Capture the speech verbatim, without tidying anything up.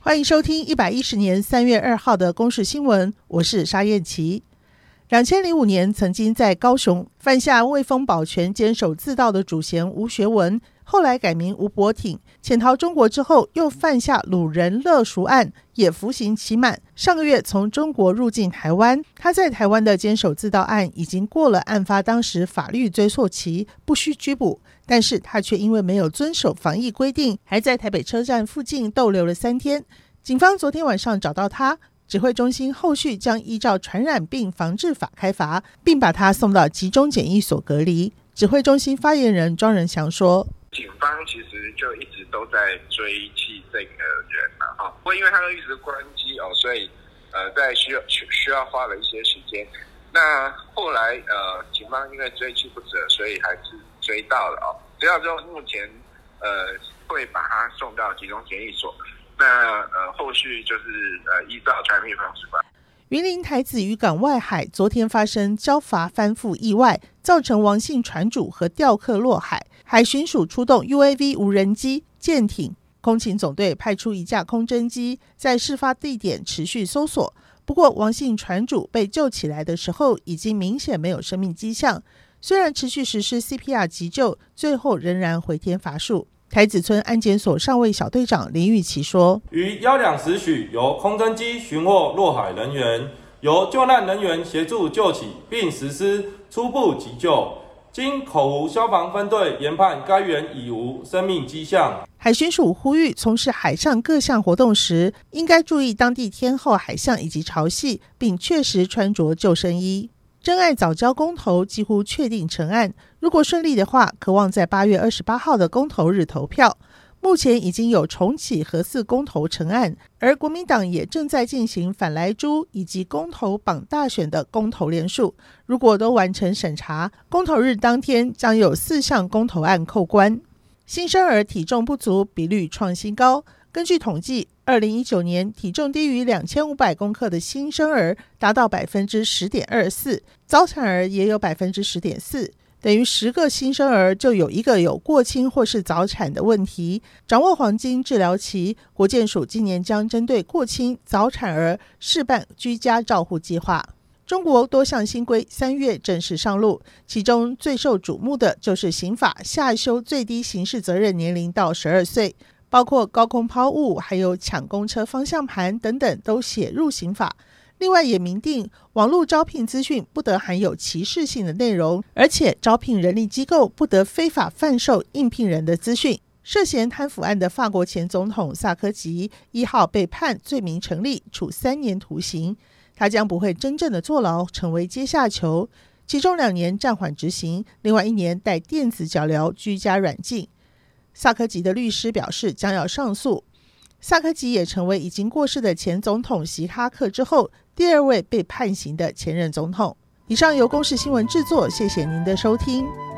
欢迎收听一百一十年三月二号的公视新闻，我是沙燕琪。二零零五年曾经在高雄犯下未封保全监守自盗的主嫌吴学文，后来改名吴伯挺，潜逃中国之后又犯下掳人勒赎案，也服刑期满，上个月从中国入境台湾。他在台湾的监守自盗案已经过了案发当时法律追溯期，不需拘捕，但是他却因为没有遵守防疫规定，还在台北车站附近逗留了三天。警方昨天晚上找到他，指挥中心后续将依照传染病防治法开罚，并把他送到集中检疫所隔离。指挥中心发言人庄仁祥说， 警方其实就一直都在追缉这个人嘛，哈，不过因为他都一直关机哦，所以呃，在需要需要花了一些时间。那后来呃，警方因为追缉不责，所以还是追到了哦。追到之后，目前呃会把他送到集中检疫所。那呃，后续就是呃，依照传染病防治法。 云林台子渔港外海昨天发生礁筏翻覆意外，造成王姓船主和钓客落海。海巡署出动 U A V 无人机、舰艇，空勤总队派出一架空侦机，在事发地点持续搜索。不过，王姓船主被救起来的时候，已经明显没有生命迹象。虽然持续实施 C P R 急救，最后仍然回天乏术。台子村安检所上尉小队长林玉琪说， 于幺两时许，由空侦机寻获落海人员，由救难人员协助救起，并实施初步急救。经口湖消防分队研判，该员已无生命迹象。 海巡署呼吁从事海上各项活动时，应该注意当地天候、海象以及潮汐，并确实穿着救生衣。真爱早教公投几乎确定成案，如果顺利的话，可望在八月二十八号的公投日投票。目前已经有重启核四公投成案，而国民党也正在进行反莱猪以及公投绑大选的公投联署。如果都完成审查，公投日当天将有四项公投案扣关。新生儿体重不足比率创新高，根据统计，二零一九年体重低于两千五百公克的新生儿达到 百分之十点二四， 早产儿也有 百分之十点四， 等于十个新生儿就有一个有过轻或是早产的问题。掌握黄金治疗期，国健署今年将针对过轻早产儿试办居家照护计划。中国多项新规三月正式上路，其中最受瞩目的就是刑法下修最低刑事责任年龄到十二岁，包括高空抛物还有抢公车方向盘等等都写入刑法。另外也明定网络招聘资讯不得含有歧视性的内容，而且招聘人力机构不得非法贩售应聘人的资讯。涉嫌贪腐案的法国前总统萨科齐一号被判罪名成立，处三年徒刑。他将不会真正的坐牢，成为阶下囚，其中两年暂缓执行，另外一年带电子脚镣居家软禁。萨科齐的律师表示将要上诉。萨科齐也成为已经过世的前总统希哈克之后第二位被判刑的前任总统。以上由公视新闻制作，谢谢您的收听。